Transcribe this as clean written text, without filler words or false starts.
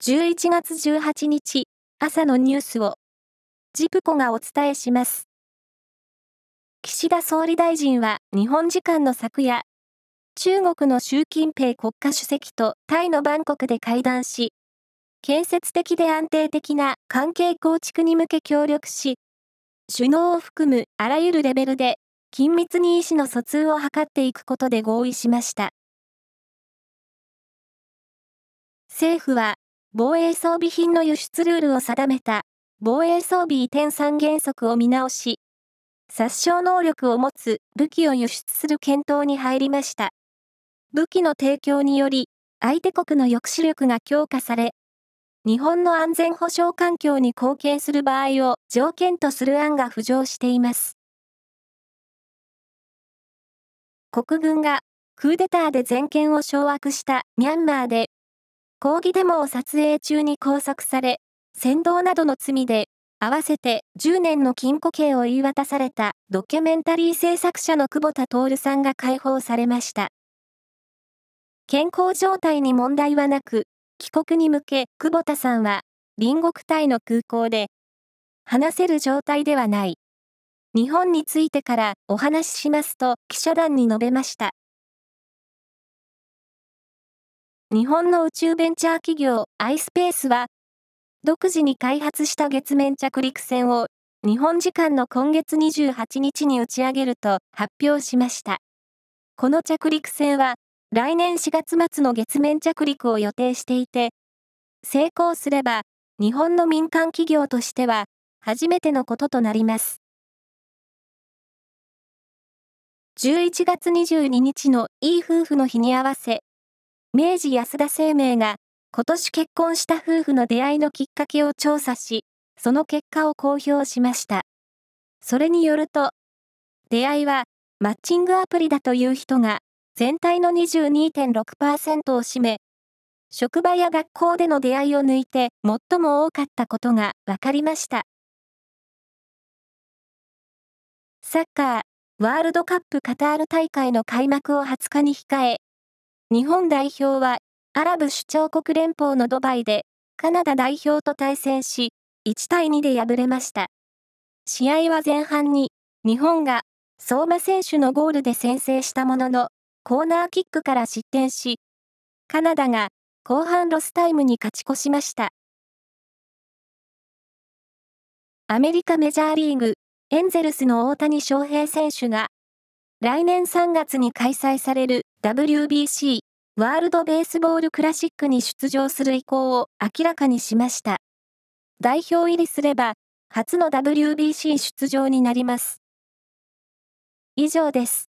11月18日、朝のニュースを、ジプコがお伝えします。岸田総理大臣は日本時間の昨夜、中国の習近平国家主席とタイのバンコクで会談し、建設的で安定的な関係構築に向け協力し、首脳を含むあらゆるレベルで緊密に意思の疎通を図っていくことで合意しました。政府は、防衛装備品の輸出ルールを定めた防衛装備移転三原則を見直し、殺傷能力を持つ武器を輸出する検討に入りました。武器の提供により、相手国の抑止力が強化され、日本の安全保障環境に貢献する場合を条件とする案が浮上しています。国軍がクーデターで全権を掌握したミャンマーで、抗議デモを撮影中に拘束され、扇動などの罪で、合わせて10年の禁錮刑を言い渡されたドキュメンタリー制作者の久保田徹さんが解放されました。健康状態に問題はなく、帰国に向け久保田さんは隣国タイの空港で、話せる状態ではない。日本についてからお話ししますと記者団に述べました。日本の宇宙ベンチャー企業iSpaceは、独自に開発した月面着陸船を日本時間の今月28日に打ち上げると発表しました。この着陸船は来年4月末の月面着陸を予定していて、成功すれば日本の民間企業としては初めてのこととなります。11月22日のいい夫婦の日に合わせ、明治安田生命が今年結婚した夫婦の出会いのきっかけを調査し、その結果を公表しました。それによると、出会いはマッチングアプリだという人が全体の 22.6% を占め、職場や学校での出会いを抜いて最も多かったことが分かりました。サッカー、ワールドカップカタール大会の開幕を20日に控え、日本代表は、アラブ首長国連邦のドバイで、カナダ代表と対戦し、1対2で敗れました。試合は前半に、日本が、相馬選手のゴールで先制したものの、コーナーキックから失点し、カナダが、後半ロスタイムに勝ち越しました。アメリカメジャーリーグ、エンゼルスの大谷翔平選手が、来年3月に開催される WBC ワールドベースボールクラシックに出場する意向を明らかにしました。代表入りすれば初の WBC 出場になります。以上です。